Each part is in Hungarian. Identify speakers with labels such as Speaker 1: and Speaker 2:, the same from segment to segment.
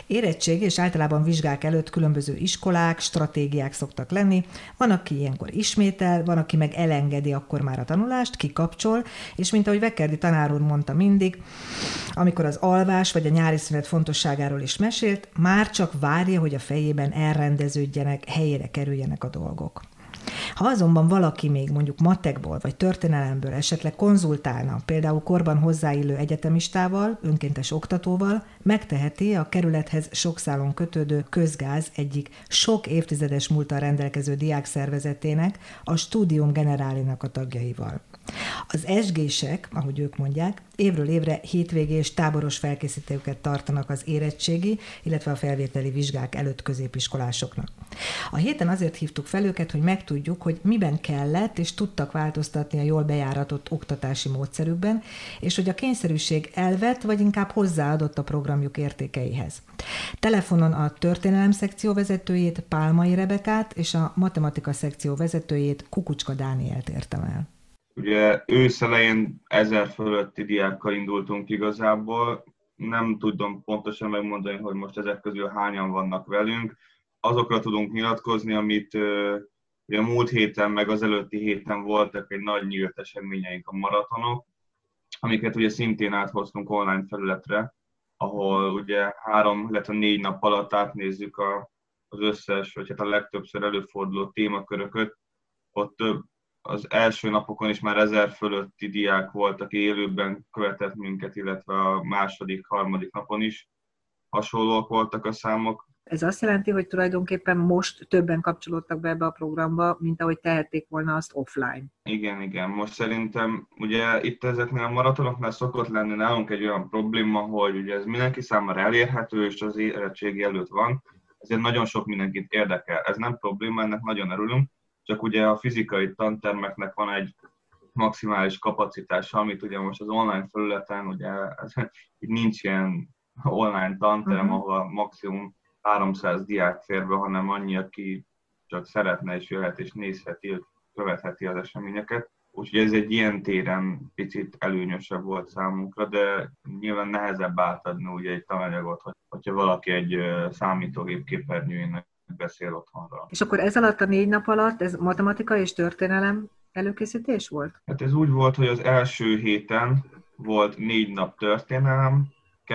Speaker 1: Érettség és általában vizsgák előtt különböző iskolák, stratégiák szoktak lenni. Van, aki ilyenkor ismétel, van, aki meg elengedi akkor már a tanulást, kikapcsol, és mint ahogy Vekerdi tanár úr mondta mindig, amikor az alvás vagy a nyári szünet fontosságáról is mesélt, már csak várja, hogy a fejében elrendeződjenek, helyére kerüljenek a dolgok. Ha azonban valaki még mondjuk matekból vagy történelemből esetleg konzultálna, például korban hozzáillő egyetemistával, önkéntes oktatóval, megteheti a kerülethez sok szálon kötődő Közgáz egyik sok évtizedes múlttal rendelkező diákszervezetének, a Studium Generálinak a tagjaival. Az SG-sek, ahogy ők mondják, évről évre hétvégés táboros felkészítőket tartanak az érettségi, illetve a felvételi vizsgák előtt középiskolásoknak. A héten azért hívtuk fel őket, hogy megtudjuk, hogy miben kellett és tudtak változtatni a jól bejáratott oktatási módszerükben, és hogy a kényszerűség elvett, vagy inkább hozzáadott a programjuk értékeihez. Telefonon a történelem szekció vezetőjét, Pálmai Rebekát, és a matematika szekció vezetőjét, Kukucska Dánielt értem el.
Speaker 2: Ugye őszelején 1000 fölötti diákkal indultunk igazából. Nem tudom pontosan megmondani, hogy most ezek közül hányan vannak velünk. Azokra tudunk nyilatkozni, amit ugye a múlt héten, meg az előtti héten voltak egy nagy nyílt eseményeink, a maratonok, amiket ugye szintén áthoztunk online felületre, ahol ugye 3, illetve 4 nap alatt átnézzük az összes, vagy hát a legtöbbször előforduló témaköröket. Ott az első napokon is már 1000 fölötti diák volt, aki élőben követett minket, illetve a második, harmadik napon is hasonlóak voltak a számok.
Speaker 3: Ez azt jelenti, hogy tulajdonképpen most többen kapcsolódtak be ebbe a programba, mint ahogy tehették volna azt offline.
Speaker 2: Igen. Most szerintem ugye itt ezeknél a maratonoknál szokott lenni nálunk egy olyan probléma, hogy ugye ez mindenki számára elérhető, és az érettségi előtt van, ezért nagyon sok mindenkit érdekel. Ez nem probléma, ennek nagyon örülünk. Csak ugye a fizikai tantermeknek van egy maximális kapacitása, amit ugye most az online felületen, ugye itt nincs ilyen online tanterem, ahol maximum 300 diák fér be, hanem annyi, aki csak szeretne és jöhet és nézheti, követheti az eseményeket. Úgyhogy ez egy ilyen téren picit előnyösebb volt számunkra, de nyilván nehezebb átadni ugye egy tananyagot, hogyha valaki egy számítógép képernyőjén beszél otthonra.
Speaker 3: És akkor ez alatt a 4 nap alatt ez matematika és történelem előkészítés volt?
Speaker 2: Hát ez úgy volt, hogy az első héten volt 4 nap történelem,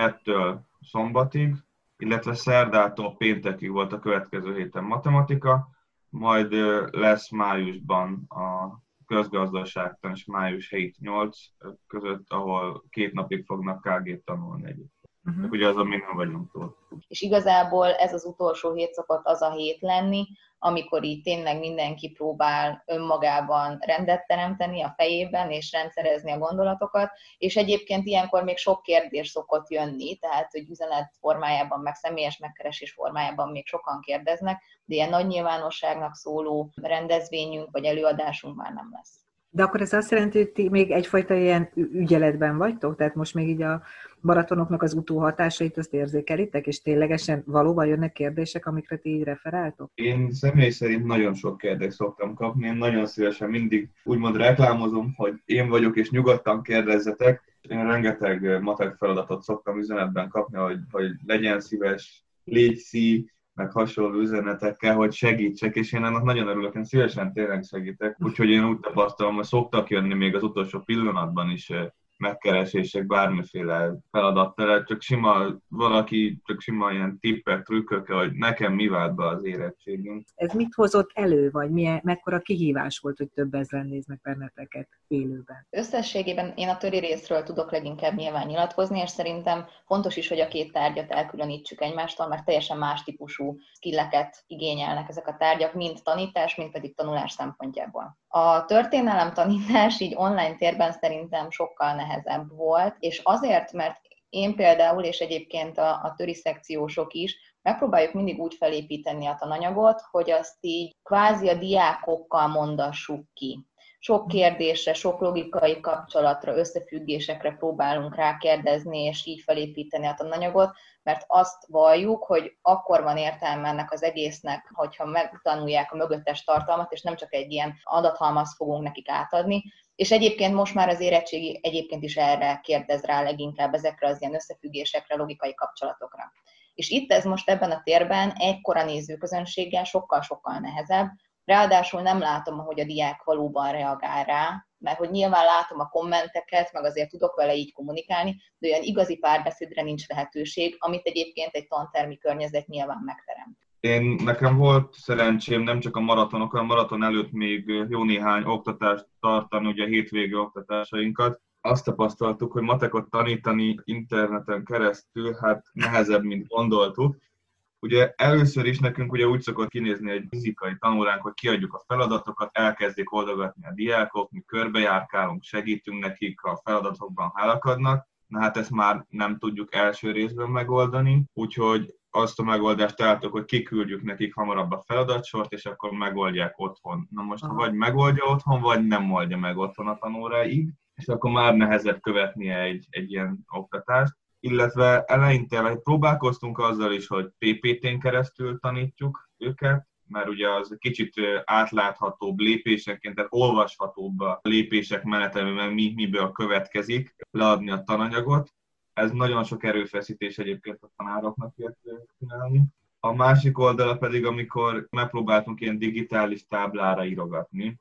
Speaker 2: 2 szombatig, illetve szerdától péntekig volt a következő héten matematika, majd lesz májusban a közgazdaságtan és május 7-8 között, ahol 2 napig fognak KG-t tanulni egyébként. Ugye az, amin nem vagyunk túl.
Speaker 4: És igazából ez az utolsó hét szokott az a hét lenni, amikor így tényleg mindenki próbál önmagában rendet teremteni a fejében, és rendszerezni a gondolatokat, és egyébként ilyenkor még sok kérdés szokott jönni, tehát hogy üzenet formájában, meg személyes megkeresés formájában még sokan kérdeznek, de ilyen nagy nyilvánosságnak szóló rendezvényünk vagy előadásunk már nem lesz.
Speaker 3: De akkor ez azt jelenti, hogy ti még egyfajta ilyen ügyeletben vagytok? Tehát most még így a maratonoknak az utóhatásait azt érzékelitek, és ténylegesen valóban jönnek kérdések, amikre ti így referáltok?
Speaker 2: Én személy szerint nagyon sok kérdést szoktam kapni, én nagyon szívesen mindig úgymond reklámozom, hogy én vagyok és nyugodtan kérdezzetek. Én rengeteg matek feladatot szoktam üzenetben kapni, hogy legyen szíves, légy szí, meg hasonló üzenetekkel, hogy segítsek, és én ennek nagyon örülök, én szívesen tényleg segítek. Úgyhogy én úgy tapasztalom, hogy szoktak jönni még az utolsó pillanatban is megkeresések bármiféle feladattal, csak valaki sima ilyen tippek, trükkök, hogy nekem mi vált be az érettségünk.
Speaker 3: Ez mit hozott elő, vagy mekkora kihívás volt, hogy több ezren néznek benneteket élőben?
Speaker 4: Összességében én a töri részről tudok leginkább nyilván nyilatkozni, és szerintem fontos is, hogy a 2 tárgyat elkülönítsük egymástól, mert teljesen más típusú skilleket igényelnek ezek a tárgyak, mind tanítás, mind pedig tanulás szempontjából. A történelem tanítás így online térben szerintem sokkal nehezebb volt, és azért, mert én például, és egyébként a töri szekciósok is, megpróbáljuk mindig úgy felépíteni a tananyagot, hogy azt így kvázi a diákokkal mondassuk ki. Sok kérdésre, sok logikai kapcsolatra, összefüggésekre próbálunk rákérdezni, és így felépíteni a tananyagot, mert azt valljuk, hogy akkor van értelme ennek az egésznek, hogyha megtanulják a mögöttes tartalmat, és nem csak egy ilyen adathalmazt fogunk nekik átadni. És egyébként most már az érettségi egyébként is erre kérdez rá leginkább, ezekre az ilyen összefüggésekre, logikai kapcsolatokra. És itt ez most ebben a térben egykora nézőközönséggel sokkal-sokkal nehezebb. Ráadásul nem látom, ahogy a diák valóban reagál rá, mert hogy nyilván látom a kommenteket, meg azért tudok vele így kommunikálni, de olyan igazi párbeszédre nincs lehetőség, amit egyébként egy tantermi környezet nyilván megteremt.
Speaker 2: Nekem volt szerencsém nem csak a maratonokon, a maraton előtt még jó néhány oktatást tartani, ugye a hétvégi oktatásainkat. Azt tapasztaltuk, hogy matekot tanítani interneten keresztül, hát nehezebb, mint gondoltuk. Ugye először is nekünk ugye úgy szokott kinézni egy fizikai tanóránk, hogy kiadjuk a feladatokat, elkezdik oldogatni a diákok, mi körbejárkálunk, segítünk nekik, a feladatokban hálakadnak. Na hát ezt már nem tudjuk első részben megoldani, úgyhogy azt a megoldást találtuk, hogy kiküldjük nekik hamarabb a feladatsort, és akkor megoldják otthon. Na most vagy megoldja otthon, vagy nem oldja meg otthon a tanóráig, és akkor már nehezebb követnie egy ilyen oktatást. Illetve eleinte próbálkoztunk azzal is, hogy PPT-n keresztül tanítjuk őket, mert ugye az kicsit átláthatóbb lépésenként, tehát olvashatóbb a lépések menetelően, miből következik, leadni a tananyagot. Ez nagyon sok erőfeszítés egyébként a tanároknak csinálni. A másik oldala pedig, amikor megpróbáltunk ilyen digitális táblára írogatni,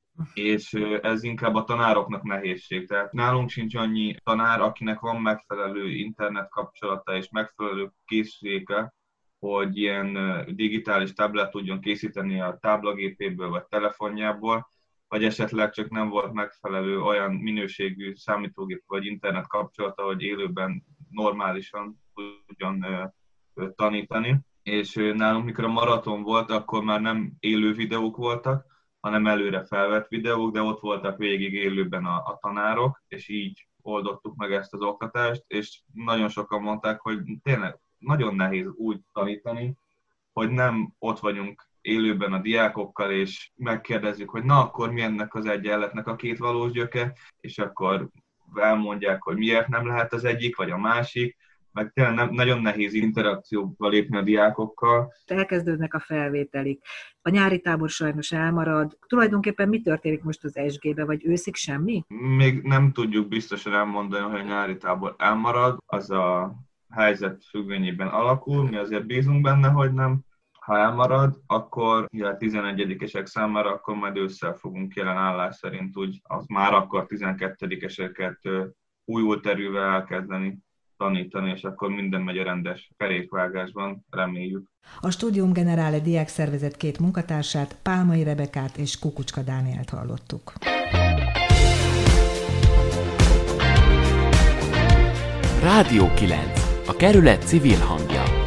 Speaker 2: és ez inkább a tanároknak nehézség. Tehát nálunk sincs annyi tanár, akinek van megfelelő internet kapcsolata és megfelelő készüléke, hogy ilyen digitális táblát tudjon készíteni a táblagépéből vagy telefonjából, vagy esetleg csak nem volt megfelelő olyan minőségű számítógép vagy internet kapcsolata, hogy élőben normálisan tudjon tanítani. És nálunk, mikor a maraton volt, akkor már nem élő videók voltak, hanem előre felvett videók, de ott voltak végig élőben a tanárok, és így oldottuk meg ezt az oktatást, és nagyon sokan mondták, hogy tényleg nagyon nehéz úgy tanítani, hogy nem ott vagyunk élőben a diákokkal, és megkérdezzük, hogy na akkor mi ennek az egyenletnek a két valós gyöke, és akkor elmondják, hogy miért nem lehet az egyik, vagy a másik, meg tényleg nagyon nehéz interakcióba lépni a diákokkal.
Speaker 3: Elkezdődnek a felvételik. A nyári tábor sajnos elmarad. Tulajdonképpen mi történik most az SG-be, vagy őszig semmi?
Speaker 2: Még nem tudjuk biztosan elmondani, hogy a nyári tábor elmarad. Az a helyzet függvényében alakul, mi azért bízunk benne, hogy nem. Ha elmarad, akkor a 11-esek számára, akkor majd ősszel fogunk jelen állás szerint úgy, az már akkor 12-eseket újult erővel elkezdeni tanítani, és akkor minden megy a rendes kerékvágásban, reméljük.
Speaker 1: A Studium Generale diákszervezet két munkatársát, Pálmai Rebekát és Kukucska Dánielt hallottuk.
Speaker 5: Rádió 9, a kerület civil hangja.